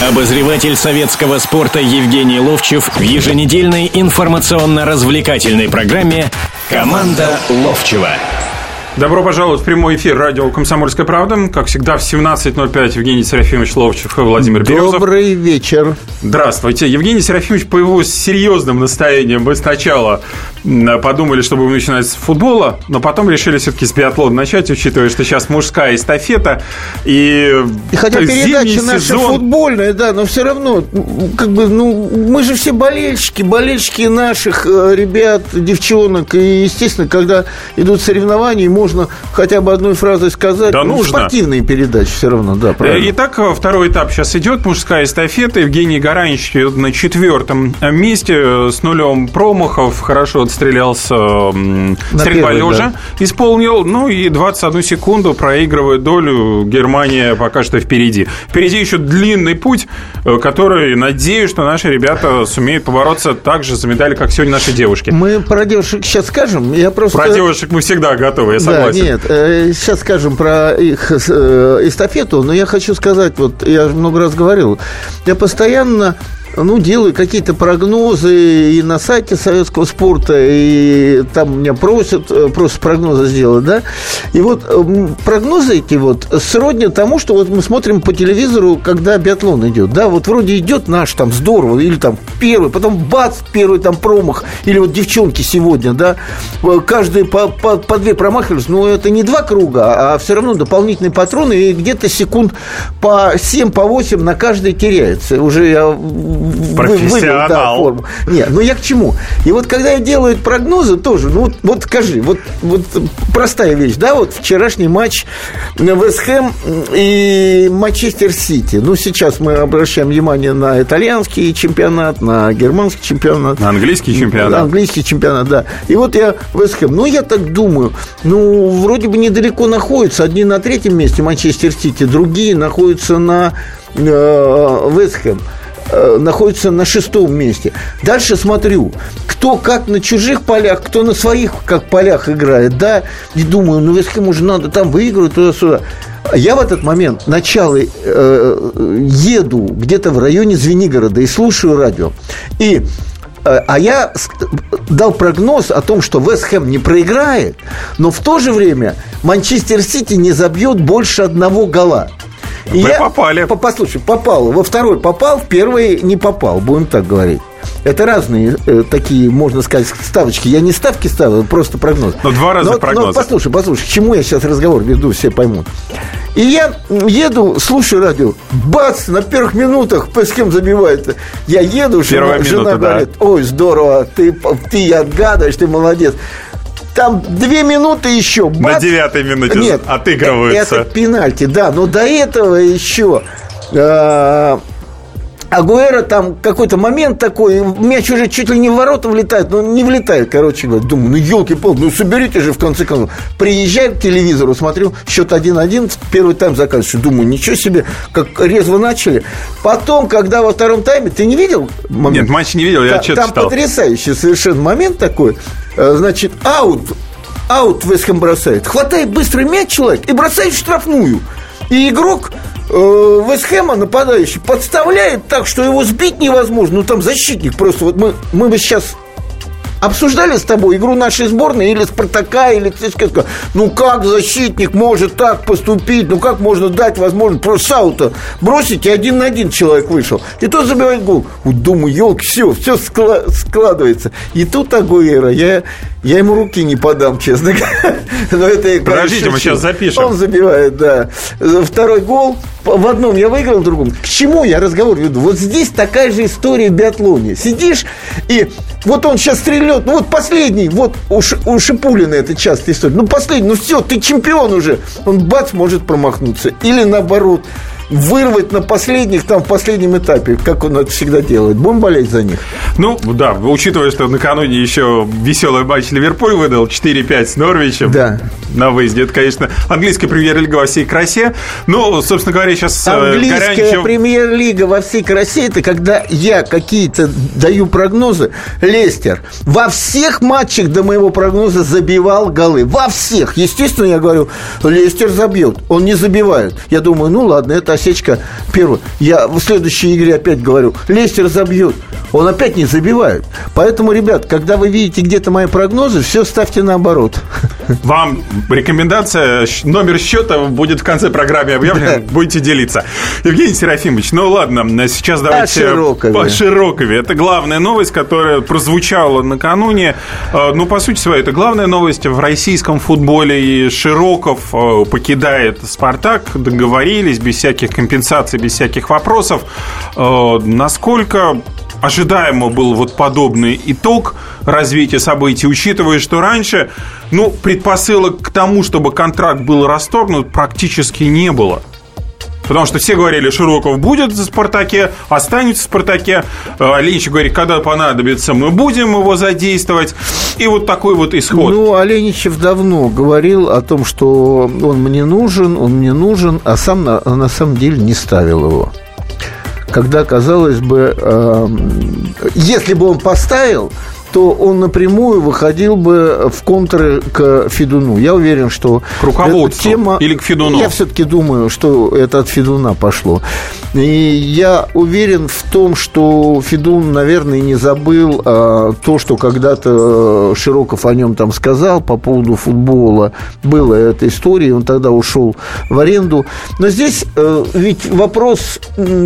Обозреватель советского спорта Евгений Ловчев в еженедельной информационно-развлекательной программе «Команда Ловчева». Добро пожаловать в прямой эфир радио «Комсомольская правда». Как всегда, в 17:05 Евгений Серафимович Ловчев и Владимир Березов. Добрый вечер. Здравствуйте. Евгений Серафимович, по его серьезным настроениям, мы сначала подумали, что будем начинать с футбола, но потом решили все-таки с биатлона начать, учитывая, что сейчас мужская эстафета. И хотя передача наша футбольная, да, но все равно, мы же все болельщики наших ребят, девчонок. И, естественно, когда идут соревнования, можно хотя бы одной фразой сказать. Да, нужно. Спортивные передачи все равно, да, правильно. Итак, второй этап сейчас идет. Мужская эстафета. Евгений Гаранич на 4-м месте с 0 промахов. Хорошо отстрелялся. Стрельба лежа исполнил. Ну и 21 секунду проигрывает долю. Германия пока что впереди. Впереди еще длинный путь, который, надеюсь, что наши ребята сумеют побороться так же за медали, как сегодня наши девушки. Мы про девушек сейчас скажем. Про девушек мы всегда готовы. Я согласен. Нет, сейчас скажем про их эстафету, но я хочу сказать, вот я много раз говорил, я постоянно делаю какие-то прогнозы и на сайте советского спорта, и там меня просят прогнозы сделать, да, и вот прогнозы эти сродни тому, что вот мы смотрим по телевизору, когда биатлон идет, да, вот вроде идет наш там здорово, или там первый, потом бац, первый там промах, или вот девчонки сегодня, да, каждый по 2 промахивались, но это не 2 круга, а все равно дополнительные патроны, и где-то секунд по 7, по 8 на каждый теряется, уже я профессионал. Да, форму. Нет, я к чему? И вот когда делают прогнозы, тоже, скажи, вот простая вещь, да, вот вчерашний матч Вест Хэм и Манчестер Сити. Сейчас мы обращаем внимание на итальянский чемпионат, на германский чемпионат. На английский чемпионат. Английский чемпионат, да. И вот я Вест Хэм, я так думаю, вроде бы недалеко находятся. Одни на 3-м месте Манчестер Сити, другие находятся на Вест Хэм. Находится на 6-м месте. Дальше смотрю, кто как на чужих полях, кто на своих как полях играет, да, и думаю, Вест Хэм уже надо там выигрывать туда-сюда. Я в этот момент начало еду где-то в районе Звенигорода и слушаю радио. А я дал прогноз о том, что Вест Хэм не проиграет, но в то же время Манчестер Сити не забьет больше 1 гола. Вы попали. Послушай, попал. Во второй попал, в первый не попал, будем так говорить. Это разные такие, можно сказать, ставочки. Я не ставки ставил, просто прогноз. 2 раза прогноз. Послушай, к чему я сейчас разговор веду, все поймут. И я еду, слушаю радио, бац, на первых минутах Вест Хэм забивает. Я еду, жена говорит, ой, здорово, ты отгадываешь, ты молодец. Там 2 минуты еще. На 9-й минуте отыгрываются. Это пенальти, да. Но до этого еще Агуэро там какой-то момент такой, мяч уже чуть ли не в ворота влетает, но не влетает, короче говоря. Думаю, елки-палки, соберите же в конце концов. Приезжаю к телевизору, смотрю, счет 1-1, первый тайм заканчивается. Думаю, ничего себе, как резво начали. Потом, когда во втором тайме, ты не видел момент? Нет, матч не видел, я что-то читал. Там потрясающий совершенно момент такой. Значит, аут Вест Хэм бросает. Хватает быстро мяч человек и бросает в штрафную. И игрок Вест Хэма, нападающий, подставляет так, что его сбить невозможно. Там защитник просто. Вот мы бы сейчас обсуждали с тобой игру нашей сборной или Спартака, или ЦСКА. Как защитник может так поступить? Как можно дать возможность просто с аута бросить, и 1 на 1 человек вышел. И тот забивает гол. Думаю, елки, все складывается. И тут Агуэро, я ему руки не подам, честно говоря. Но это подождите, мы сейчас запишем. Он забивает, да. Второй гол. В одном я выиграл, в другом. К чему я разговор веду? Вот здесь такая же история в биатлоне. Сидишь, и вот он сейчас стрельнет. Последний, у Шипулина это частая история. Последний, все, ты чемпион уже. Он бац, может промахнуться. Или наоборот, вырвать на последних, в последнем этапе, как он это всегда делает. Будем болеть за них? Да, учитывая, что накануне еще веселый матч Ливерпуль выдал 4-5 с Норвичем, да, на выезде. Это, конечно, английская премьер-лига во всей красе. Собственно говоря, сейчас английская премьер-лига во всей красе, это когда я какие-то даю прогнозы. Лестер во всех матчах до моего прогноза забивал голы. Во всех. Естественно, я говорю, Лестер забьет. Он не забивает. Я думаю, ладно, это осечка первая. Я в следующей игре опять говорю, Лестер забьет. Он опять не забивает. Поэтому, ребят, когда вы видите где-то мои прогнозы, все ставьте наоборот. Вам рекомендация, номер счета будет в конце программы объявлен, будете делиться. Евгений Серафимович, ну ладно, сейчас давайте по Широкове. Это главная новость, которая прозвучала накануне. Ну, по сути своей, это главная новость в российском футболе. И Широков покидает «Спартак», договорились, без всяких компенсаций, без всяких вопросов. Насколько ожидаемо был вот подобный итог развития событий, учитывая, что раньше, предпосылок к тому, чтобы контракт был расторгнут, практически не было. Потому что все говорили, Широков будет в «Спартаке», останется в «Спартаке». Оленичев говорит, когда понадобится, мы будем его задействовать. И вот такой вот исход. Оленичев давно говорил о том, что он мне нужен, а сам на самом деле не ставил его. Когда, казалось бы, если бы он поставил, то он напрямую выходил бы в контры к Федуну. Я уверен, что... К руководству тема... или к Федуну? Я все-таки думаю, что это от Федуна пошло. И я уверен в том, что Федун, наверное, не забыл то, что когда-то Широков о нем там сказал по поводу футбола. Была эта история, он тогда ушел в аренду. Но здесь ведь вопрос,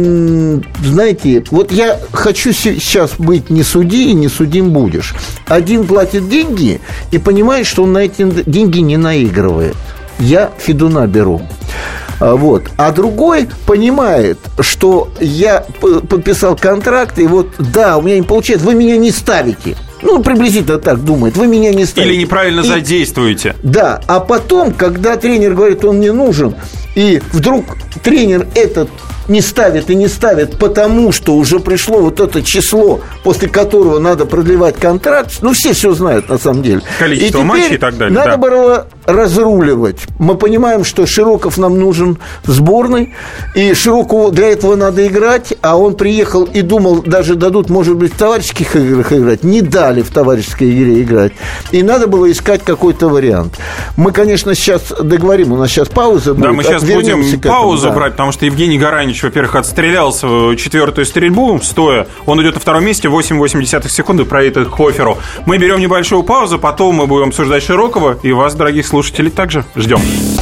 знаете, вот я хочу сейчас быть не судьей, не судим будет. Один платит деньги и понимает, что он на эти деньги не наигрывает. Я Федуна беру. Вот. А другой понимает, что я подписал контракт, и вот, да, у меня не получается, вы меня не ставите. Приблизительно так думает. Вы меня не ставите. Или неправильно задействуете. Да. А потом, когда тренер говорит, он не нужен, и вдруг тренер этот не ставит, потому что уже пришло вот это число, после которого надо продлевать контракт. Все знают, на самом деле. Количество матчей и так далее. Надо было разруливать. Мы понимаем, что Широков нам нужен в сборной, и Широкову для этого надо играть, а он приехал и думал, даже дадут, может быть, в товарищеских играх играть. Не дали в товарищеской игре играть. И надо было искать какой-то вариант. Мы, конечно, сейчас договорим, у нас сейчас пауза будет. Да, мы сейчас будем паузу брать, потому что Евгений Гаранич, во-первых, отстрелялся в четвертую стрельбу стоя. Он идет на втором месте, 8,8 секунды проедет к Хоферу. Мы берем небольшую паузу, потом мы будем обсуждать Широкова, и вас, дорогих слушателей, также ждем.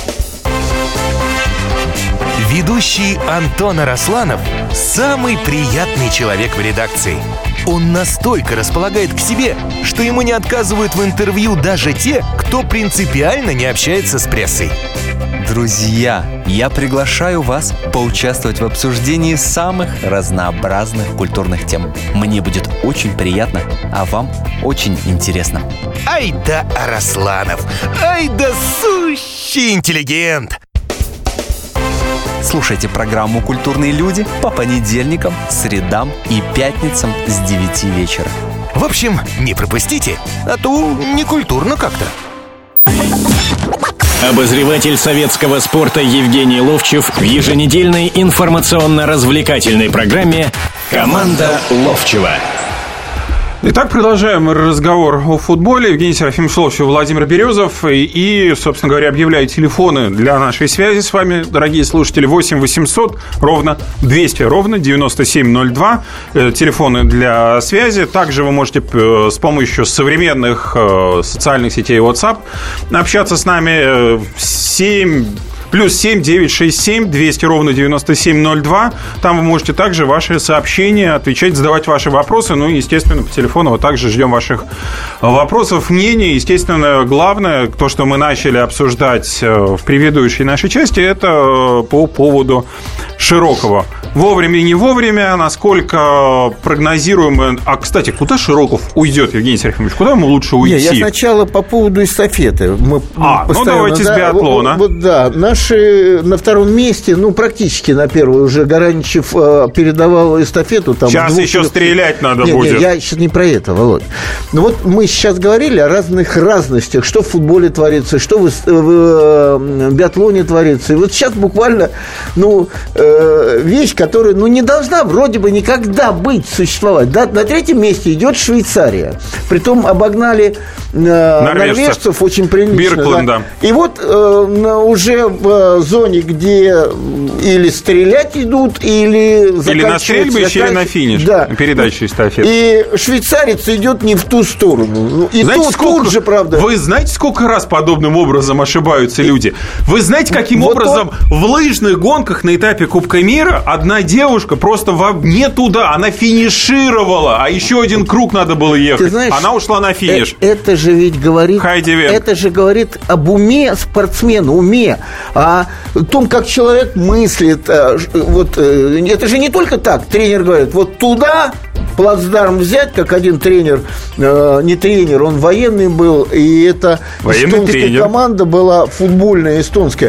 Ведущий Антон Арасланов – самый приятный человек в редакции. Он настолько располагает к себе, что ему не отказывают в интервью даже те, кто принципиально не общается с прессой. Друзья, я приглашаю вас поучаствовать в обсуждении самых разнообразных культурных тем. Мне будет очень приятно, а вам очень интересно. Ай да Арасланов! Ай да сущий интеллигент! Слушайте программу «Культурные люди» по понедельникам, средам и пятницам с 9 вечера. В общем, не пропустите, а то некультурно как-то. Обозреватель советского спорта Евгений Ловчев в еженедельной информационно-развлекательной программе «Команда Ловчева». Итак, продолжаем разговор о футболе. Евгений Серафимович Ловчев, Владимир Березов. И, собственно говоря, объявляю телефоны для нашей связи с вами, дорогие слушатели. 8 800 ровно 200 ровно 9702. Телефоны для связи. Также вы можете с помощью современных социальных сетей WhatsApp общаться с нами. +7 967 200 ровно 9702. Там вы можете также ваши сообщения отвечать, задавать ваши вопросы. Естественно, по телефону мы также ждем ваших вопросов, мнений. Естественно, главное, то, что мы начали обсуждать в предыдущей нашей части, это по поводу Широкова. Вовремя и не вовремя, насколько прогнозируемо... А, кстати, куда Широков уйдет, Евгений Серафимович? Куда ему лучше уйти? Я сначала по поводу эстафеты. Давайте с биатлона. Наши на втором месте, практически на первой уже Гараничев передавал эстафету. Там, сейчас еще стрелять надо будет. Нет, я сейчас не про это, Володь. Мы сейчас говорили о разных разностях, что в футболе творится, что в биатлоне творится. И вот сейчас буквально, вещь, которая, не должна вроде бы никогда существовать. Да? На третьем месте идет Швейцария. Притом обогнали норвежцев очень прилично. Биркланд, да. И вот уже в зоне, где или стрелять идут, или на стрельбище, или на финиш. Да. Передача эстафеты. И швейцарец идет не в ту сторону. И тут же, правда. Вы знаете, сколько раз подобным образом ошибаются люди? Вы знаете, каким образом в лыжных гонках на этапе Кубка мира одна девушка просто не туда, она финишировала, а еще один круг надо было ехать. Знаешь, она ушла на финиш. Это же ведь говорит... Это же говорит об уме спортсмена, уме, о том, как человек мыслит. Вот, это же не только так. Тренер говорит, вот туда плацдарм взять, как один тренер, не тренер, он военный был, и это эстонская команда была футбольная эстонская,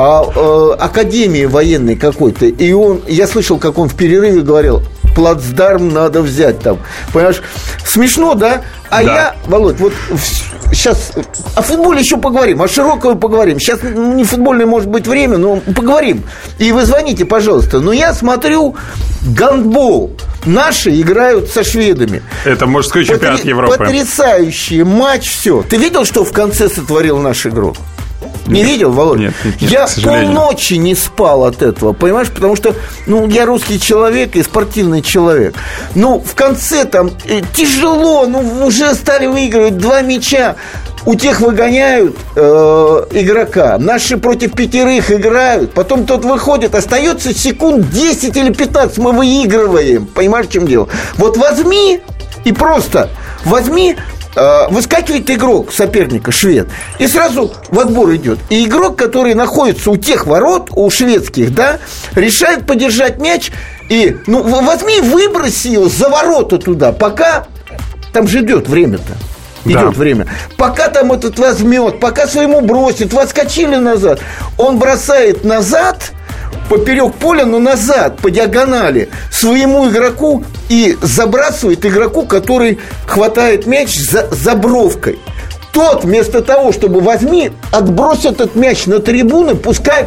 академии военной какой-то. И я слышал, как он в перерыве говорил, плацдарм надо взять там. Понимаешь, смешно, да? Я, Володь, вот сейчас о футболе еще поговорим, о Широковой поговорим. Сейчас не футбольное может быть время, но поговорим. И вы звоните, пожалуйста. Но я смотрю гандбол. Наши играют со шведами. Это мужской чемпионат Европы. Потрясающий матч, все. Ты видел, что в конце сотворил наш игрок? Не видел, Володя? Нет, я полночи не спал от этого, понимаешь? Потому что, я русский человек и спортивный человек. В конце там тяжело, уже стали выигрывать 2 мяча. У тех выгоняют игрока. Наши против 5 играют. Потом тот выходит. Остается секунд 10 или 15. Мы выигрываем. Понимаешь, в чем дело? Вот возьми и просто возьми... Выскакивает игрок соперника, швед, и сразу в отбор идет. И игрок, который находится у тех ворот, у шведских, да, решает подержать мяч и, возьми, выброси его за ворота туда, пока там же идет время-то. Идет время. Пока там этот возьмет, пока своему бросит, вы отскочили назад. Он бросает назад, поперек поля, но назад, по диагонали, своему игроку и забрасывает игроку, который хватает мяч за бровкой. Тот, вместо того, чтобы возьми, отбрось этот мяч на трибуны, пускай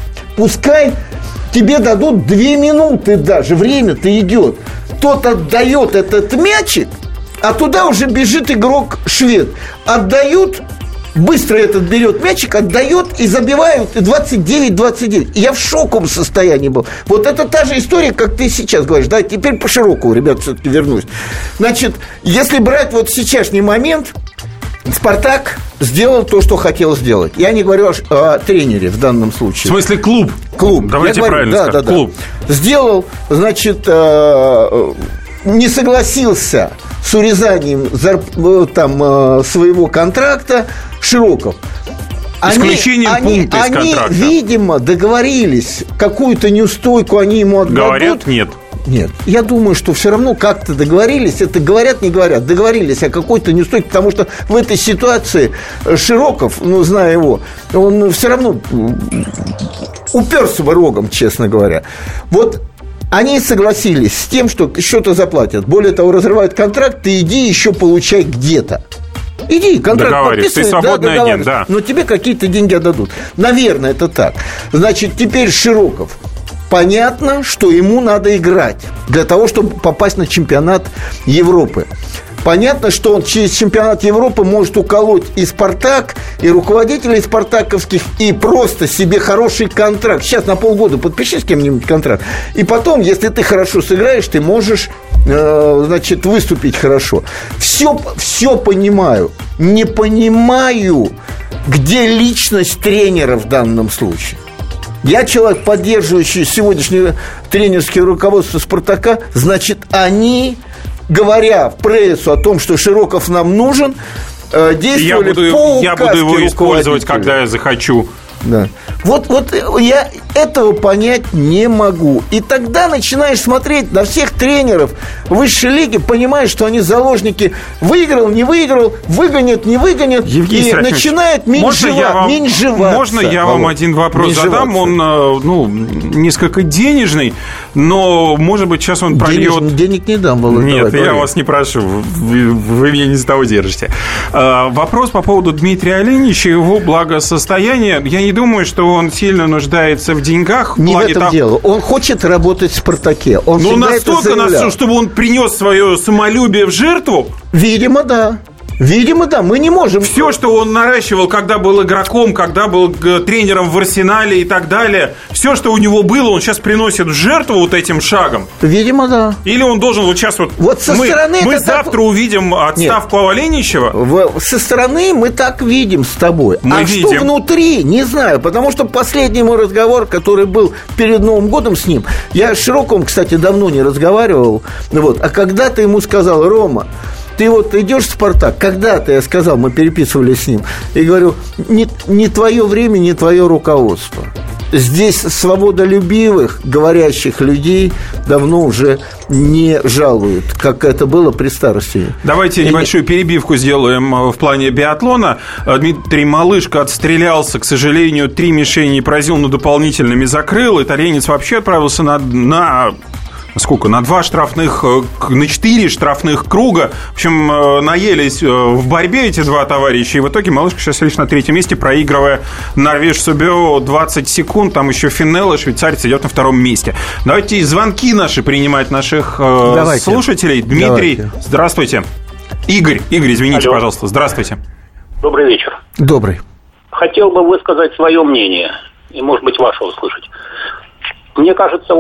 тебе дадут 2 минуты даже, время-то идет. Тот отдает этот мячик, а туда уже бежит игрок швед. Отдают... Быстро этот берет мячик, отдает и забивают 29-29. Я в шоковом состоянии был. Вот это та же история, как ты сейчас говоришь. Да, теперь по Широкову, ребят, все-таки вернусь. Значит, если брать вот сейчасшний момент, «Спартак» сделал то, что хотел сделать. Я не говорю о тренере в данном случае. В смысле клуб? Клуб. Давайте правильно скажем. Клуб. Сделал, значит, не согласился с урезанием своего контракта Широков. Исключением пункта из контракта. Они, видимо, договорились, какую-то неустойку они ему отдадут. Говорят, нет. Нет, я думаю, что все равно как-то договорились. Это говорят, не говорят. Договорились о какой-то неустойке, потому что в этой ситуации Широков, зная его, он все равно уперся бы рогом, честно говоря. Вот они согласились с тем, что что-то заплатят. Более того, разрывают контракт, ты иди еще получай где-то. Иди, контракт подписывай, ты свободный агент, да. Но тебе какие-то деньги отдадут. Наверное, это так. Значит, теперь Широков. Понятно, что ему надо играть для того, чтобы попасть на чемпионат Европы. Понятно, что он через чемпионат Европы может уколоть и «Спартак», и руководителей спартаковских, и просто себе хороший контракт. Сейчас на полгода подпиши с кем-нибудь контракт. И потом, если ты хорошо сыграешь, ты можешь, значит, выступить хорошо. Все понимаю. Не понимаю, где личность тренера в данном случае. Я человек, поддерживающий сегодняшнее тренерское руководство «Спартака», значит, они, говоря в прессу о том, что Широков нам нужен, действовали по указке я буду его использовать, когда я захочу. Да. Вот я этого понять не могу. И тогда начинаешь смотреть на всех тренеров высшей лиги, понимаешь, что они заложники. Выиграл, не выиграл, выгонят, не выгонят. Евгений и начинает меньшеваться. Можно я вам один вопрос задам? Он, несколько денежный, но, может быть, сейчас он прольет... Денег не дам, Володя. Нет, я вас не прошу. Вы меня не за того держите. Вопрос по поводу Дмитрия Оленича и его благосостояния. Я не думаю, что он сильно нуждается в деньгах. Не в этом дело. Он хочет работать в «Спартаке». Он настолько, чтобы он принес свое самолюбие в жертву? Видимо, да. Видимо, да, мы не можем. Все, что он наращивал, когда был игроком, когда был тренером в Арсенале и так далее, все, что у него было, он сейчас приносит в жертву вот этим шагом. Видимо, да. Или он должен вот сейчас вот со стороны мы завтра увидим отставку Оленичева. Со стороны мы так видим с тобой. Мы видим. Что внутри, не знаю, потому что последний мой разговор, который был перед Новым годом с ним, я с Широковым, кстати, давно не разговаривал, а когда ты ему сказал: Рома, ты вот идешь в «Спартак», когда-то я сказал, мы переписывались с ним, и говорю, не твое время, не твое руководство. Здесь свободолюбивых, говорящих людей давно уже не жалуют, как это было при старости. Давайте небольшую перебивку сделаем в плане биатлона. Дмитрий Малышко отстрелялся, к сожалению, 3 мишени не поразил, но дополнительными закрыл. Итальянец вообще отправился на 2 штрафных, на 4 штрафных круга. В общем, наелись в борьбе эти два товарища. И в итоге Малышко сейчас лишь на 3-м месте, проигрывая Норвеж Субио 20 секунд. Там еще Финелла, швейцарец, идет на 2-м месте. Давайте звонки наши принимать наших слушателей. Дмитрий, здравствуйте. Игорь, извините, алло, пожалуйста, здравствуйте. Добрый вечер. Добрый. Хотел бы высказать свое мнение, и, может быть, ваше услышать. Мне кажется,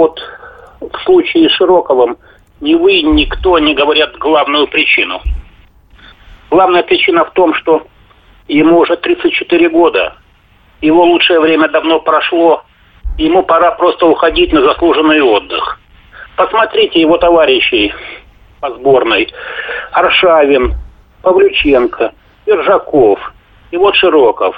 в случае с Широковым ни вы, никто не говорят главную причину. Главная причина в том, что ему уже 34 года, его лучшее время давно прошло, ему пора просто уходить на заслуженный отдых. Посмотрите его товарищей по сборной: Аршавин, Павлюченко, Ержаков и Широков.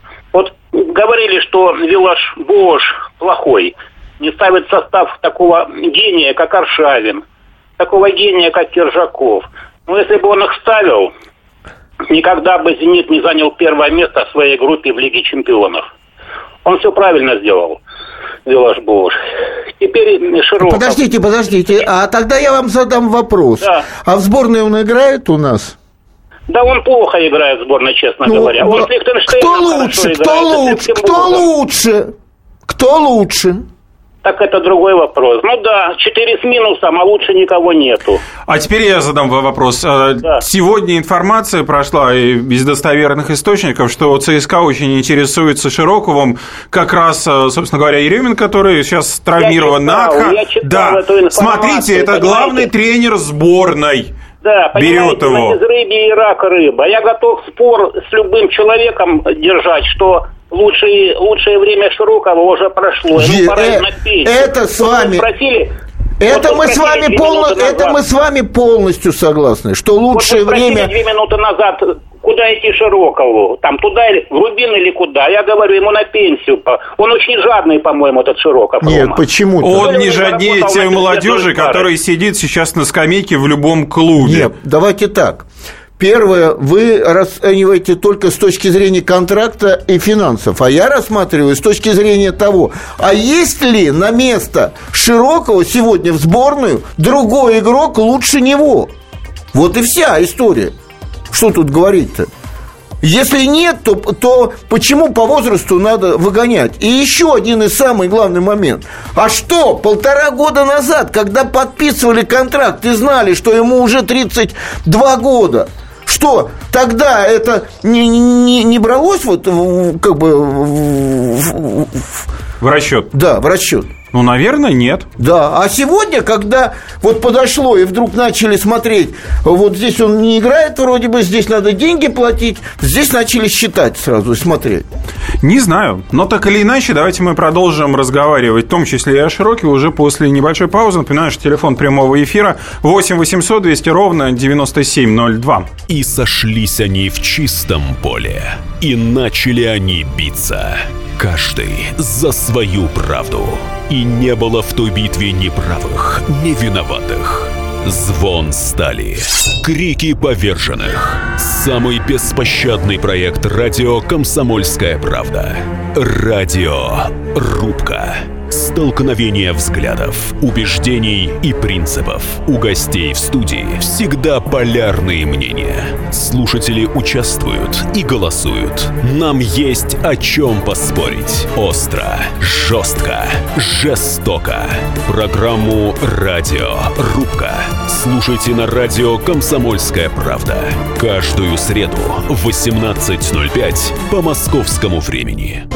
Говорили, что Виллаш-Бош плохой. Не ставит состав такого гения, как Аршавин, такого гения, как Ержаков. Но если бы он их ставил, никогда бы «Зенит» не занял 1-е место в своей группе в Лиге чемпионов. Он все правильно сделал, Виллаш-Бош. Теперь Широков. Подождите, а тогда я вам задам вопрос. Да. А в сборной он играет у нас? Да он плохо играет в сборной, честно говоря. Он с Лихтенштейном Кто лучше? Так это другой вопрос. 4 с минусом, а лучше никого нету. А теперь я задам вопрос. Да. Сегодня информация прошла из достоверных источников, что ЦСКА очень интересуется Широковым. Как раз, собственно говоря, Еремин, который сейчас травмирован. Я читал эту информацию. Смотрите, это главный тренер сборной. Да, берет его. Из рыбы и рака рыба. Я готов спор с любым человеком держать, что лучшее время Широкова уже прошло. Это с вами... мы с вами полностью согласны, что лучшее время... 2 минуты назад, куда идти Широкову? Там туда, в Рубин или куда? Я говорю, ему на пенсию. Он очень жадный, по-моему, этот Широков. Нет, почему-то. Он не жаднее той молодежи, которая сидит сейчас на скамейке в любом клубе. Нет, давайте так. Первое, вы расцениваете только с точки зрения контракта и финансов, а я рассматриваю с точки зрения того, а есть ли на место Широкова сегодня в сборную другой игрок лучше него? Вот и вся история. Что тут говорить-то? Если нет, то почему по возрасту надо выгонять? И еще один и самый главный момент. А что, 1,5 года назад, когда подписывали контракт и знали, что ему уже 32 года, что тогда это не бралось в расчет? Да, в расчет. Наверное, нет. Да, а сегодня, когда подошло и вдруг начали смотреть, здесь он не играет вроде бы, здесь надо деньги платить, здесь начали считать сразу и смотреть. Не знаю, но так или иначе, давайте мы продолжим разговаривать, в том числе и о Широке, уже после небольшой паузы. Напоминаю, что телефон прямого эфира 8 800 200 ровно 9702. И сошлись они в чистом поле, и начали они биться. Каждый за свою правду. И не было в той битве ни правых, ни виноватых. Звон стали, крики поверженных. Самый беспощадный проект радио «Комсомольская правда». Радиорубка. Столкновение взглядов, убеждений и принципов. У гостей в студии всегда полярные мнения. Слушатели участвуют и голосуют. Нам есть о чем поспорить. Остро, жестко, жестоко. Программу «Радио Рубка» слушайте на радио «Комсомольская правда». Каждую среду в 18:05 по московскому времени.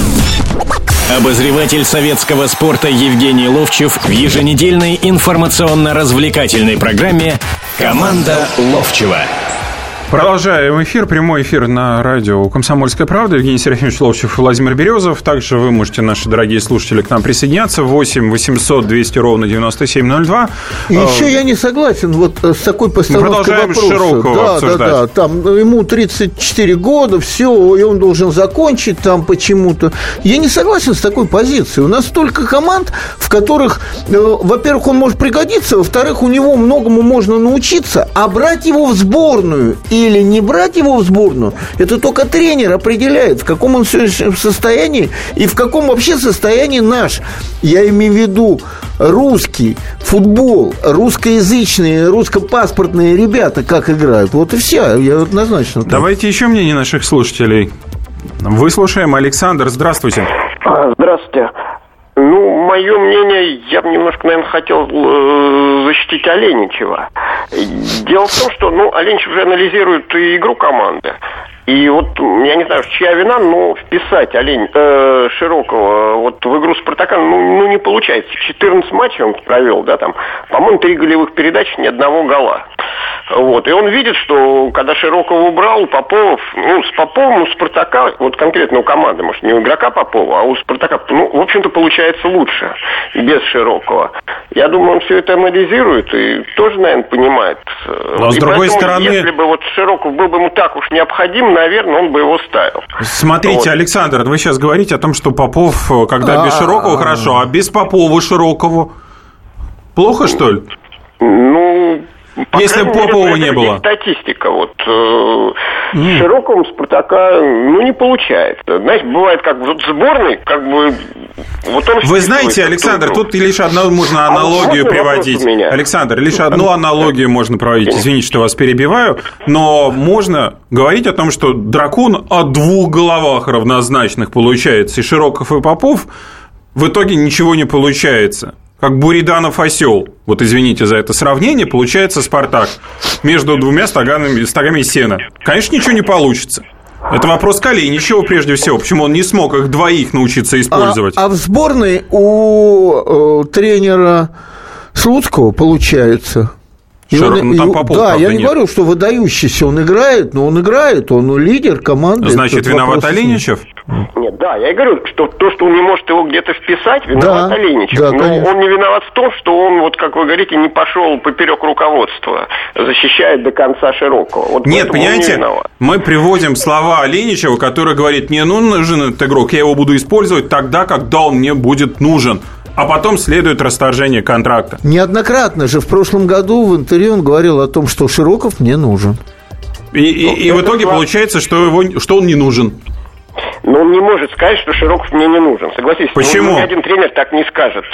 Обозреватель советского спорта Евгений Ловчев в еженедельной информационно-развлекательной программе «Команда Ловчева». Продолжаем эфир, прямой эфир на радио «Комсомольская правда». Евгений Серафимович Ловчев, Владимир Березов. Также вы можете, наши дорогие слушатели, к нам присоединяться. 8 800 200 ровно 9702. Еще я не согласен вот с такой постановкой вопроса. Продолжаем Широкого обсуждать. Да. Там ему 34 года, все, и он должен закончить там почему-то. Я не согласен с такой позицией. У нас столько команд, в которых, во-первых, он может пригодиться, во-вторых, у него многому можно научиться, а брать его в сборную или не брать его в сборную, это только тренер определяет, в каком он состоянии и в каком вообще состоянии наш, я имею в виду русский футбол, русскоязычные, русско-паспортные ребята как играют. Вот и все, я однозначно. Давайте еще мнение наших слушателей. Выслушаем. Александр, здравствуйте. Здравствуйте. Мое мнение, я бы немножко, наверное, хотел защитить Аленичева. Дело в том, что, Аленичев уже анализирует игру команды. И вот, я не знаю, чья вина, но вписать Широкого вот в игру Спартака, не получается. 14 матчей он провел, да, там, по-моему, 3 голевых передачи, ни одного гола. Вот, и он видит, что когда Широкого убрал, Попов, с Поповым у Спартака, вот конкретно у команды, может, не у игрока Попова, а у Спартака, в общем-то, получается лучше, без Широкого. Я думаю, он все это анализирует и тоже, наверное, понимает. Но с другой стороны... Если бы вот Широков был бы ему так уж необходим, наверное, он бы его ставил. Смотрите, вот. Александр, вы сейчас говорите о том, что Попов, когда без Широкого, хорошо, а без Попова Широкову плохо, что ли? Если бы Попова не было. Статистика. Вот с Широковым Спартака, не получается. Знаете, бывает, как вот сборной, как бы... Вот он. Вы знаете, Александр, тут лишь одну можно аналогию приводить. Александр, лишь одну аналогию можно проводить. Извините, что вас перебиваю, но можно говорить о том, что дракон о 2 головах равнозначных получается. И Широков, и Попов в итоге ничего не получается. Как Буриданов осел. Вот извините за это сравнение, получается Спартак между 2 стогами сена. Конечно, ничего не получится. Это вопрос к Аленичеву прежде всего. Почему он не смог их двоих научиться использовать? А в сборной у тренера Слуцкого получается. Там Попов, да, я не нет. говорю, что выдающийся он играет, но он играет, он лидер команды. Значит, виноват Аленичев? Нет, да, я и говорю, что то, что он не может его где-то вписать, виноват Аленичев. Да, но он не виноват в том, что он, вот как вы говорите, не пошел поперек руководства, защищает до конца Широкого. Вот нет, понимаете, мы приводим слова Аленичева, который говорит: мне нужен этот игрок, я его буду использовать тогда, когда он мне будет нужен. А потом следует расторжение контракта. Неоднократно же в прошлом году в интервью он говорил о том, что Широков мне нужен. И в итоге получается, что он не нужен. Но он не может сказать, что Широков мне не нужен. Согласитесь, почему? Ни один тренер так не скажет.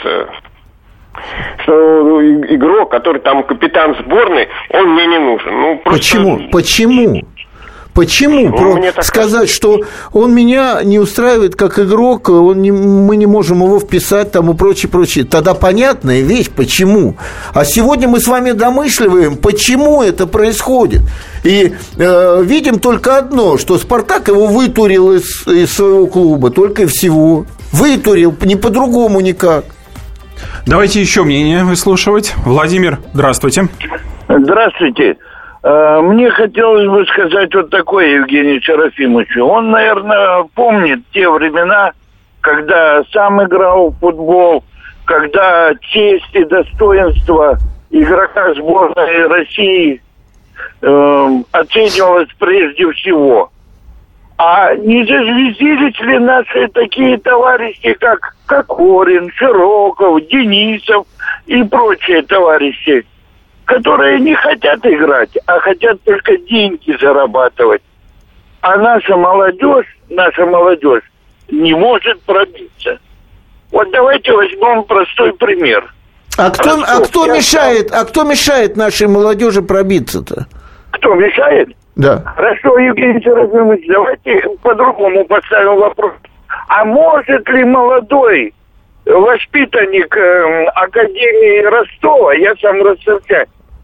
Что игрок, который там капитан сборной, он мне не нужен. Почему? Почему сказать, что он меня не устраивает как игрок, мы не можем его вписать там и прочее. Тогда понятная вещь, почему. А сегодня мы с вами домысливаем, почему это происходит. И видим только одно, что «Спартак» его вытурил из своего клуба, только и всего. Вытурил, не по-другому никак. Давайте еще мнение выслушивать. Владимир, здравствуйте. Здравствуйте. Мне хотелось бы сказать вот такое Евгению Серафимовичу. Он, наверное, помнит те времена, когда сам играл в футбол, когда честь и достоинство игрока сборной России оценивалось прежде всего. А не зазвездились ли наши такие товарищи, как Кокорин, Широков, Денисов и прочие товарищи, которые не хотят играть, а хотят только деньги зарабатывать. А наша молодежь не может пробиться. Вот давайте возьмем простой пример. А кто мешает нашей молодежи пробиться-то? Кто мешает? Да. Хорошо, Евгений Серафимович, давайте по-другому поставим вопрос. А может ли молодой воспитанник Академии Ростова, я сам ростовчанин,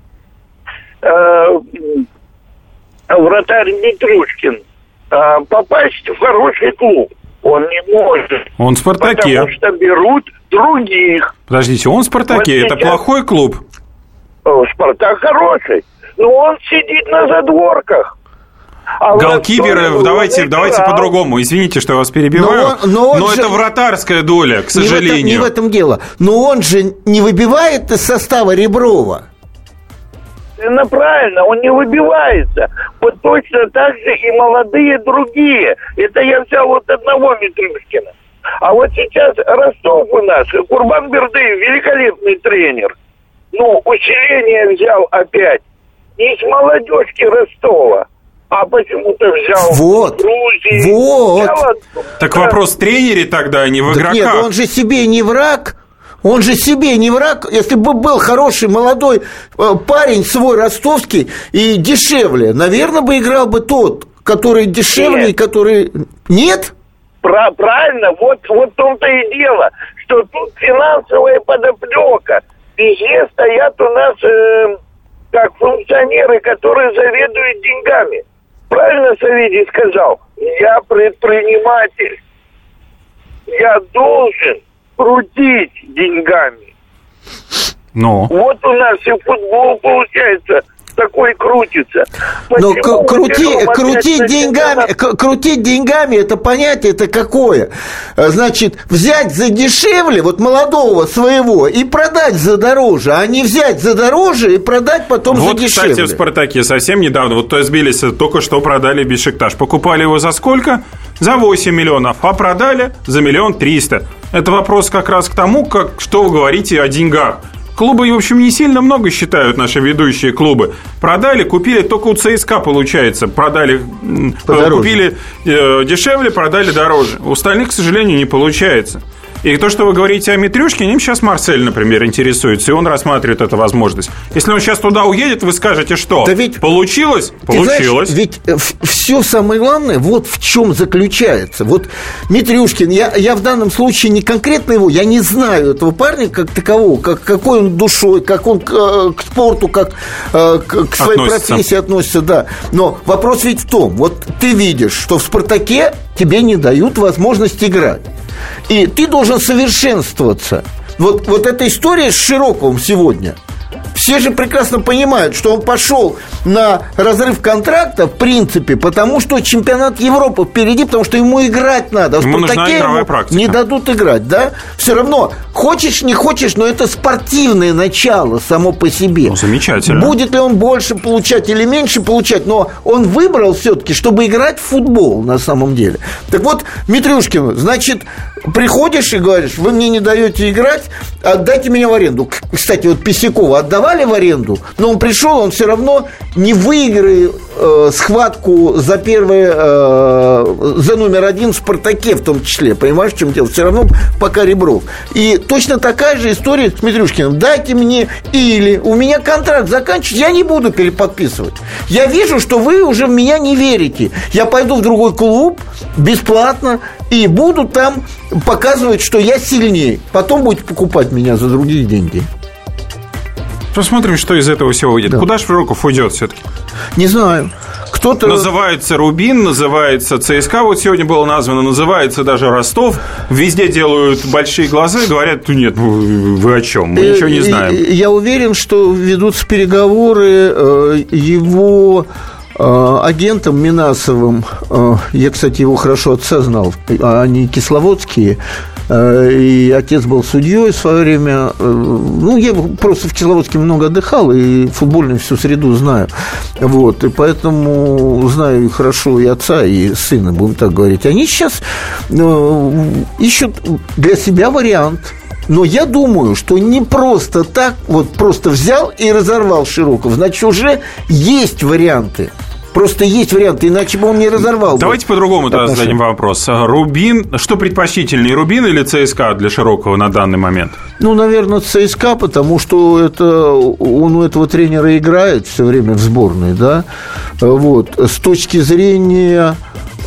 вратарь Митрюшкин, попасть в хороший клуб? Он не может. Он в «Спартаке». Потому что берут других. Подождите, он в «Спартаке». Вот это плохой клуб? «Спартак» хороший. Но он сидит на задворках. Голкиперы, давайте по-другому. Извините, что я вас перебиваю. Но это вратарская доля, к сожалению. Не в этом дело. Но он же не выбивает из состава Реброва. Правильно, он не выбивается. Вот точно так же и молодые другие. Это я взял вот одного Митрюшкина. А вот сейчас Ростов у нас, Курбан Бердыев, великолепный тренер. Усиление взял опять. Не с молодежки Ростова, а почему-то взял Грузии. Вот. Так вопрос в тренере тогда, а не в игроках. Нет, он же себе не враг. Он же себе не враг. Если бы был хороший молодой парень свой ростовский и дешевле, наверное, бы играл бы тот, который дешевле, Нет. который... Нет? Правильно, вот в том-то и дело, что тут финансовая подоплека. Везде стоят у нас как функционеры, которые заведуют деньгами. Правильно Савелий сказал? Я предприниматель. Я должен крутить деньгами. Вот у нас и футбол, получается, такой крутится. Но крутить деньгами, это понятие, это какое? Значит, взять за дешевле, вот молодого своего, и продать за дороже, а не взять за дороже и продать потом за дешевле. Вот, кстати, в «Спартаке» совсем недавно, вот Тбилиси только что продали Бешикташ. Покупали его за сколько? За 8 миллионов, а продали за 1 300 000. Это вопрос как раз к тому, что вы говорите о деньгах. Клубы, в общем, не сильно много считают, наши ведущие клубы. Продали, купили, только у ЦСКА получается. Купили дешевле, продали дороже. У остальных, к сожалению, не получается. И то, что вы говорите о Митрюшкине, им сейчас Марсель, например, интересуется, и он рассматривает эту возможность. Если он сейчас туда уедет, вы скажете, что? Да ведь получилось? Получилось. Знаешь, ведь все самое главное вот в чем заключается. Вот Митрюшкин, я в данном случае не конкретно его, я не знаю этого парня как такового, какой он душой, как он к спорту, как к своей профессии относится, да. Но вопрос ведь в том, вот ты видишь, что в «Спартаке» тебе не дают возможность играть. И ты должен совершенствоваться. Вот эта история с Широковым сегодня. Все же прекрасно понимают, что он пошел на разрыв контракта, в принципе, потому что чемпионат Европы впереди, потому что ему играть надо. Ему нужна игровая практика. Не дадут играть, да? Все равно, хочешь, не хочешь, но это спортивное начало само по себе. Замечательно. Будет ли он больше получать или меньше получать, но он выбрал все-таки, чтобы играть в футбол на самом деле. Так вот, Митрюшкину, значит, приходишь и говоришь, вы мне не даете играть, отдайте меня в аренду. Кстати, вот Писякова отдавали в аренду, но он пришел, он все равно не выиграет схватку за за номер 1 в «Спартаке» в том числе. Понимаешь, в чем дело? Все равно пока Ребров. И точно такая же история с Митрюшкиным. Дайте мне или у меня контракт заканчивается, я не буду переподписывать. Я вижу, что вы уже в меня не верите. Я пойду в другой клуб бесплатно и буду там показывать, что я сильнее. Потом будете покупать меня за другие деньги. Посмотрим, что из этого всего выйдет. Да. Куда Широков уйдет все-таки? Не знаю. Кто-то... Называется Рубин, называется ЦСКА, вот сегодня было названо, называется даже Ростов. Везде делают большие глаза и говорят, нет, вы о чем? Мы ничего не знаем. Я уверен, что ведутся переговоры его агентом Минасовым. Я, кстати, его хорошо отца знал, они кисловодские. И отец был судьей в свое время. Ну, я просто в Кисловодске много отдыхал, и футбольную всю среду знаю. Вот, и поэтому знаю хорошо и отца, и сына, будем так говорить. Они сейчас ищут для себя вариант. Но я думаю, что не просто так, вот просто взял и разорвал Широков. Значит, уже есть варианты. Просто есть варианты, иначе бы он не разорвал. Давайте по-другому тогда зададим вопрос. Рубин, что предпочтительнее, Рубин или ЦСКА для Широкова на данный момент? Ну, наверное, ЦСКА, потому что он у этого тренера играет все время в сборной, да. Вот. С точки зрения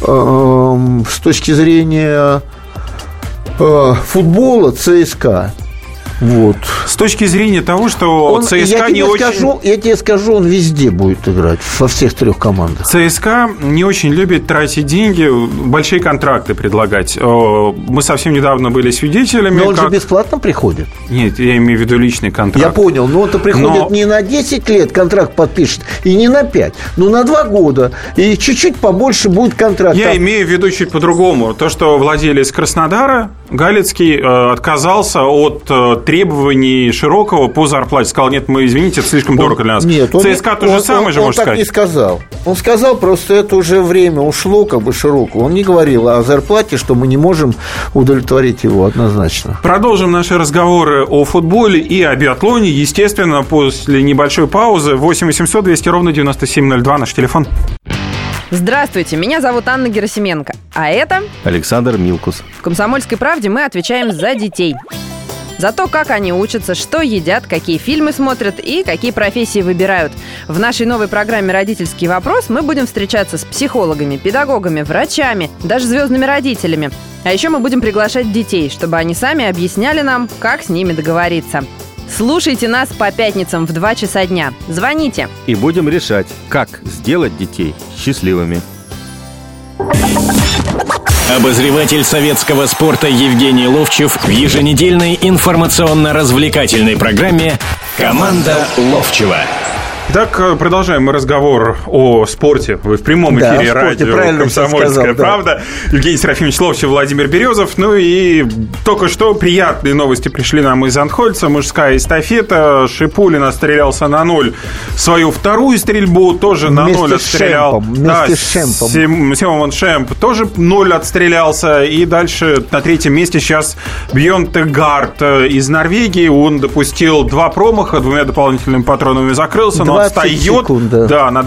футбола ЦСКА. Вот. С точки зрения того, что ЦСКА не очень... Я тебе скажу, он везде будет играть, во всех 3 командах. ЦСКА не очень любит тратить деньги, большие контракты предлагать. Мы совсем недавно были свидетелями. Но он же бесплатно приходит. Нет, я имею в виду личный контракт. Я понял, но он-то приходит не на 10 лет контракт подпишет, и не на 5, но на 2 года. И чуть-чуть побольше будет контракт. Я имею в виду чуть по-другому. То, что владелец Краснодара, Галицкий, отказался от требований Широкова по зарплате. Сказал, нет, мы, извините, это слишком дорого для нас. Нет, ЦСКА то же самое же, можно сказать. Он так не сказал. Он сказал, просто это уже время ушло, как бы, Широкого. Он не говорил о зарплате, что мы не можем удовлетворить его однозначно. Продолжим наши разговоры о футболе и о биатлоне. Естественно, после небольшой паузы. 8 800 200 ровно 9702 наш телефон. Здравствуйте, меня зовут Анна Герасименко. А это... Александр Милкус. В «Комсомольской правде» мы отвечаем за детей. За то, как они учатся, что едят, какие фильмы смотрят и какие профессии выбирают. В нашей новой программе «Родительский вопрос» мы будем встречаться с психологами, педагогами, врачами, даже звездными родителями. А еще мы будем приглашать детей, чтобы они сами объясняли нам, как с ними договориться. Слушайте нас по пятницам в 2 часа дня. Звоните. И будем решать, как сделать детей счастливыми. Обозреватель советского спорта Евгений Ловчев в еженедельной информационно-развлекательной программе «Команда Ловчева». Итак, продолжаем мы разговор о спорте. Вы в прямом эфире радио «Комсомольская правда». Евгений Серафимович Ловчев, Владимир Березов. Ну и только что приятные новости пришли нам из Анхольца. Мужская эстафета. Шипулин отстрелялся на 0 свою вторую стрельбу. Тоже на 0 отстрелял. Вместе с Шемпом. Симон Шемп тоже 0 отстрелялся. И дальше на 3-м месте сейчас Бьорн Тегард из Норвегии. Он допустил 2 промаха, 2 дополнительными патронами закрылся. Но отстает на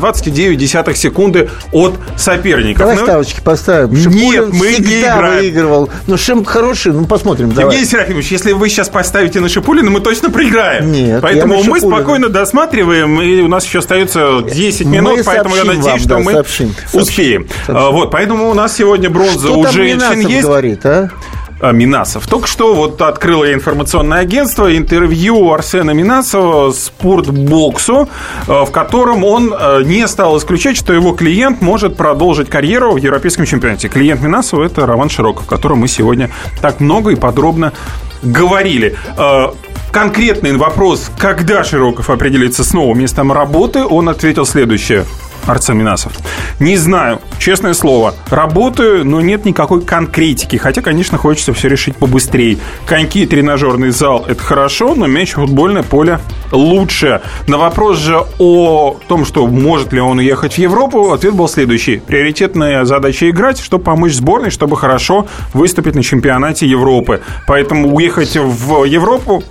29 секунды от соперников. Давай ставочки поставим. Нет, мы не играем. Выигрывал. Но Шемп хороший, посмотрим. Евгений Серафимович, если вы сейчас поставите на Шипулина, мы точно проиграем. Нет, поэтому мы спокойно досматриваем, и у нас еще остается 10 минут, поэтому я надеюсь, что мы успеем. Вот, поэтому у нас сегодня бронза у женщин есть. Говорит, а? Минасов. Только что вот открыло информационное агентство интервью Арсена Минасова «Спортбоксу», в котором он не стал исключать, что его клиент может продолжить карьеру в европейском чемпионате. Клиент Минасова – это Роман Широков, о котором мы сегодня так много и подробно говорили. Конкретный вопрос, когда Широков определится с новым местом работы, он ответил следующее. Арсен Минасов. Не знаю, честное слово. Работаю, но нет никакой конкретики. Хотя, конечно, хочется все решить побыстрее. Коньки и тренажерный зал – это хорошо, но мяч и футбольное поле лучше. На вопрос же о том, что может ли он уехать в Европу, ответ был следующий. Приоритетная задача играть, чтобы помочь сборной, чтобы хорошо выступить на чемпионате Европы. Поэтому уехать в Европу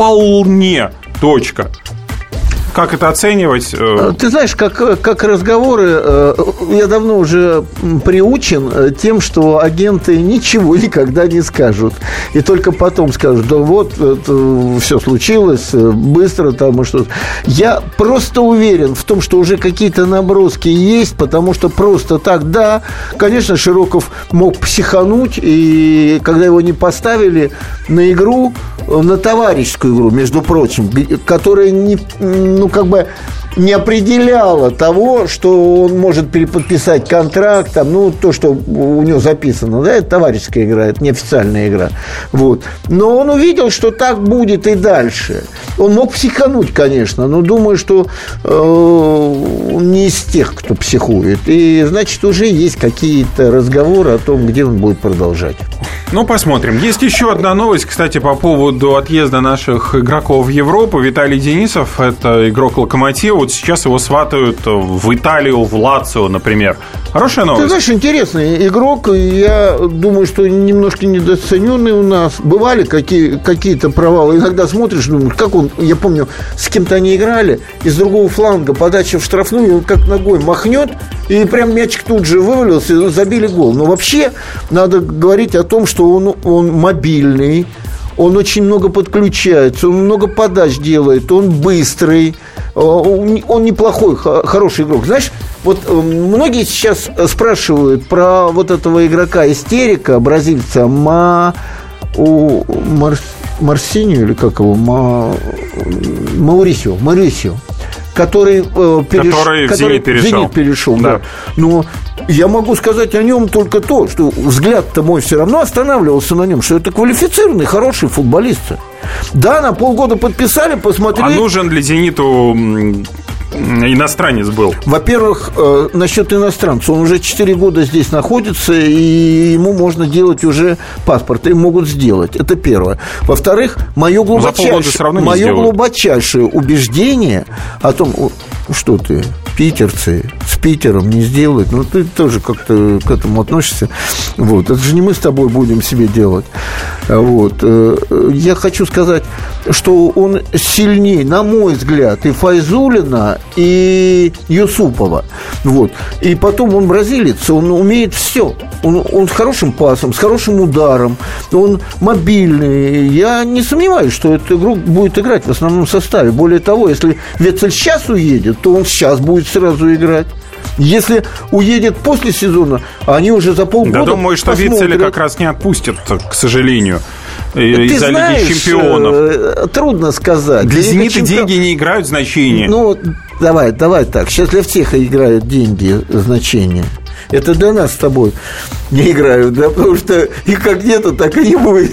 вполне. Точка. Как это оценивать? Ты знаешь, как разговоры, я давно уже приучен тем, что агенты ничего никогда не скажут. И только потом скажут, да вот, это все случилось, быстро там и что-то. Я просто уверен в том, что уже какие-то наброски есть, потому что просто так, да, конечно, Широков мог психануть, и когда его не поставили на игру, на товарищескую игру, между прочим, которая не определяла того, что он может переподписать контракт, то, что у него записано, да, это товарищеская игра, это неофициальная игра. Вот. Но он увидел, что так будет и дальше. Он мог психануть, конечно, но думаю, что он не из тех, кто психует. И, значит, уже есть какие-то разговоры о том, где он будет продолжать. Ну, посмотрим. Есть еще одна новость, кстати, по поводу отъезда наших игроков в Европу. Виталий Денисов, это игрок «Локомотива», вот сейчас его сватают в Италию, в Лацио, например. Хорошая новость. Ты знаешь, интересный игрок. Я думаю, что немножко недооцененный у нас. Бывали какие-то провалы. Иногда смотришь, думаешь, как он... Я помню, с кем-то они играли, из другого фланга подача в штрафную, он как ногой махнет, и прям мячик тут же вывалился, и забили гол. Но вообще надо говорить о том, что он мобильный, он очень много подключается, он много подач делает, он быстрый, он неплохой, хороший игрок. Знаешь, вот многие сейчас спрашивают про вот этого игрока-истерика, бразильца Марсиньо, или как его, Маурисио, который в «Зенит» перешел. Да. Но я могу сказать о нем только то, что взгляд-то мой все равно останавливался на нем, что это квалифицированный, хороший футболист. Да, на полгода подписали, посмотрели. А нужен для «Зениту» иностранец был? Во-первых, насчет иностранца. Он уже 4 года здесь находится, и ему можно делать уже паспорт. Им могут сделать. Это первое. Во-вторых, мое глубочайшее убеждение о том, что ты, питерцы, с Питером не сделают. Ну, ты тоже как-то к этому относишься. Вот. Это же не мы с тобой будем себе делать. Вот. Я хочу сказать, что он сильнее, на мой взгляд, и Файзуллина, и Юсупова. Вот. И потом он бразилец, он умеет все. Он с хорошим пасом, с хорошим ударом, он мобильный. Я не сомневаюсь, что этот игрок будет играть в основном составе. Более того, если Вецель сейчас уедет, то он сейчас будет сразу играть. Если уедет после сезона, они уже за полгода. Да, думаю, что Вицеля как раз не отпустят, к сожалению, из-за Лиги Чемпионов. Трудно сказать. Для «Зенита» деньги не играют значения. Ну, давай так. Сейчас для всех играют деньги значение. Это для нас с тобой не играют, да, потому что их как нету, так и не будет.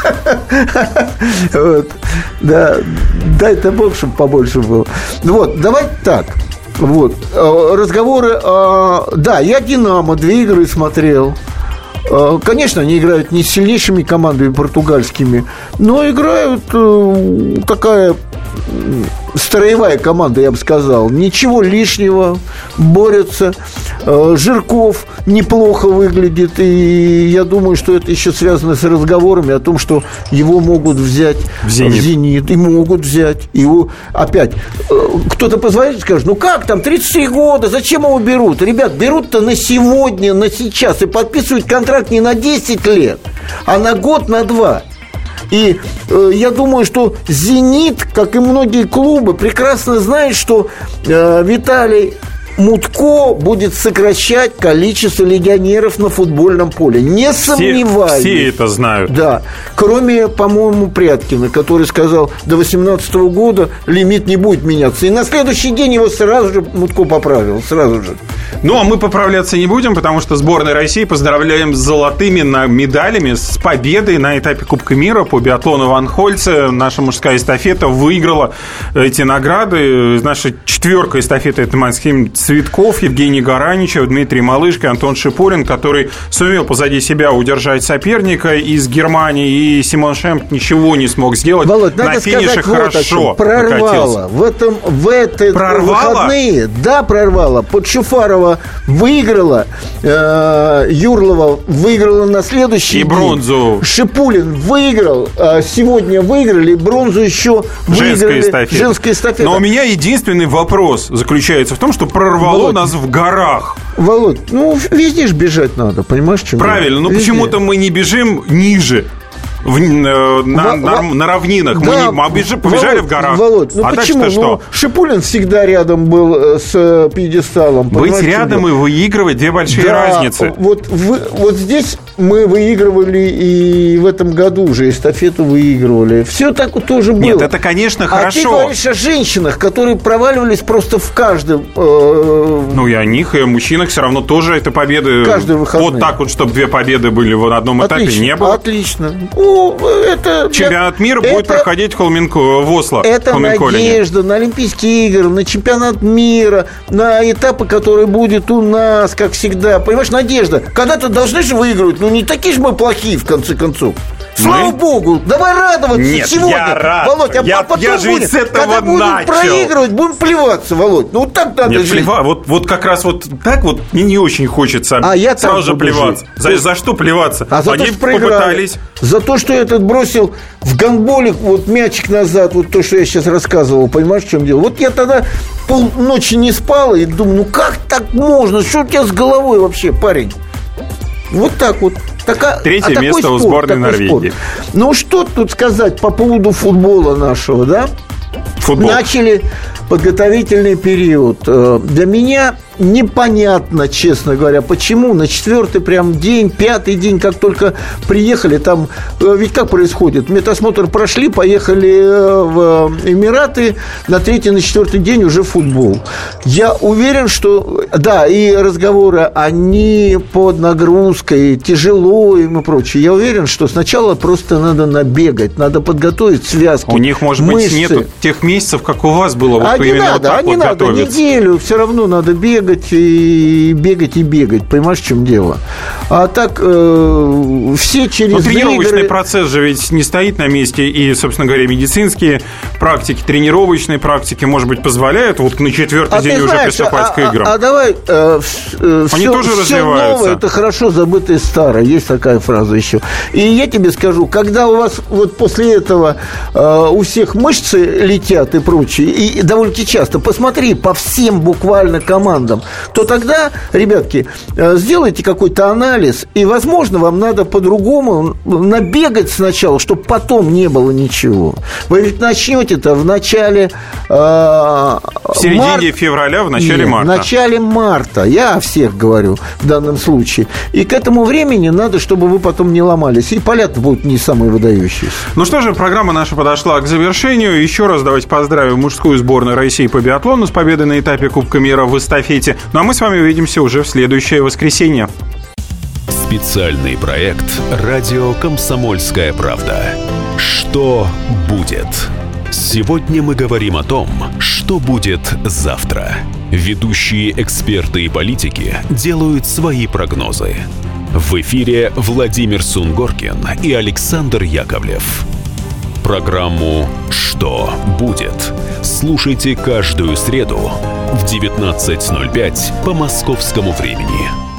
Вот. Да, дай-то Бог, чтобы побольше было. Вот, давай так. Вот. Разговоры. Да, я «Динамо» 2 игры смотрел. Конечно, они играют не с сильнейшими командами португальскими, но играют такая строевая команда, я бы сказал. Ничего лишнего, борются. Жирков неплохо выглядит, и я думаю, что это еще связано с разговорами о том, что его могут взять в «Зенит». И могут взять. Его опять кто-то позвонит и скажет, ну как там, 33 года, зачем его берут? Ребят, берут-то на сегодня, на сейчас, и подписывают контракт не на 10 лет, а на год, на 2. И я думаю, что «Зенит», как и многие клубы, прекрасно знает, что Виталий Мутко будет сокращать количество легионеров на футбольном поле. Не сомневаюсь. Все это знают. Да. Кроме, по-моему, Пряткина, который сказал, до 2018 года лимит не будет меняться. И на следующий день его сразу же Мутко поправил. Сразу же. Ну, а мы поправляться не будем, потому что сборная России поздравляем с золотыми медалями, с победой на этапе Кубка мира по биатлону в Анхольце. Наша мужская эстафета выиграла эти награды. Наша 4-ка эстафеты – это Максим Цветков, Евгений Гараничев, Дмитрий Малышко, Антон Шипулин, который сумел позади себя удержать соперника из Германии, и Симон Шемп ничего не смог сделать. Володь, на финише хорошо прорвало. В эти выходные, да, прорвало. Подшуфарова выиграла, Юрлова выиграла на следующий день. И бронзу. Шипулин выиграл, сегодня выиграли, бронзу еще выиграли. Женская эстафета. Но у меня единственный вопрос заключается в том, что прорвало нас в горах. Володь, ну везде же бежать надо, понимаешь, чем? Правильно, но почему-то мы не бежим ниже. На равнинах. Да, мы побежали в горах. Володь, ну почему? Что? Шипулин всегда рядом был с пьедесталом. Быть рядом и выигрывать — две большие разницы. Вот здесь мы выигрывали и в этом году уже эстафету выигрывали. Все так вот тоже было. Нет, это, конечно, хорошо. А ты говоришь о женщинах, которые проваливались просто в каждом... Ну, и о них, и о мужчинах все равно тоже это победы. Каждый выходный. Вот так вот, чтобы 2 победы были в одном этапе, не было. Отлично. Ну, это... Чемпионат мира будет проходить в Осло. Это надежда на Олимпийские игры, на чемпионат мира, на этапы, которые будет у нас, как всегда. Понимаешь, надежда. Когда-то должны же выигрывать. Ну, не такие же мы плохие, в конце концов. Слава Богу, давай радоваться. Нет, сегодня. Я рад. Володь, я же ведь с этого когда будем начал. Проигрывать, будем плеваться, Володь. Ну, так надо жить. Вот как раз вот так вот мне не очень хочется сразу же плеваться. За что плеваться? А за Они то, что проиграли. попытались. За то, что этот бросил в гандболе вот мячик назад, вот то, что я сейчас рассказывал. Понимаешь, в чем дело? Вот я тогда полночи не спал и думаю, ну как так можно? Что у тебя с головой вообще, парень? Вот так вот. Третье место у сборной Норвегии. Ну, что тут сказать по поводу футбола нашего, да? Футбол. Начали подготовительный период. Для меня непонятно, честно говоря, почему на 4-й прям день, 5-й день, как только приехали, там ведь как происходит? Медосмотр прошли, поехали в Эмираты, на 3-й, на 4-й день уже футбол. Я уверен, что, да, и разговоры, они под нагрузкой, тяжело и прочее. Я уверен, что сначала просто надо набегать, надо подготовить связки. У них, может быть, нету тех месяцев, как у вас было. Вот не надо, не надо, неделю все равно надо бегать и бегать. Понимаешь, в чем дело? А так все через тренировочный игры... процесс же ведь не стоит на месте. И, собственно говоря, медицинские практики, тренировочные практики, может быть, позволяют вот на 4-й день уже приступать к играм. А давай они тоже развиваются. Новое, это хорошо забытое старое. Есть такая фраза еще. И я тебе скажу, когда у вас вот после этого у всех мышцы летят и прочее, и довольно-таки часто, посмотри по всем буквально командам, то тогда, ребятки, сделайте какой-то анализ, и, возможно, вам надо по-другому набегать сначала, чтобы потом не было ничего. Вы ведь начнете-то в начале в середине февраля, в начале марта. В начале марта. Я о всех говорю в данном случае. И к этому времени надо, чтобы вы потом не ломались. И поля-то будут не самые выдающиеся. Ну что же, программа наша подошла к завершению. Еще раз давайте поздравим мужскую сборную России по биатлону с победой на этапе Кубка мира в эстафете. Ну а мы с вами увидимся уже в следующее воскресенье. Специальный проект «Радио Комсомольская правда». Что будет? Сегодня мы говорим о том, что будет завтра. Ведущие эксперты и политики делают свои прогнозы. В эфире Владимир Сунгоркин и Александр Яковлев. Программу «Что будет?» слушайте каждую среду в 19:05 по московскому времени.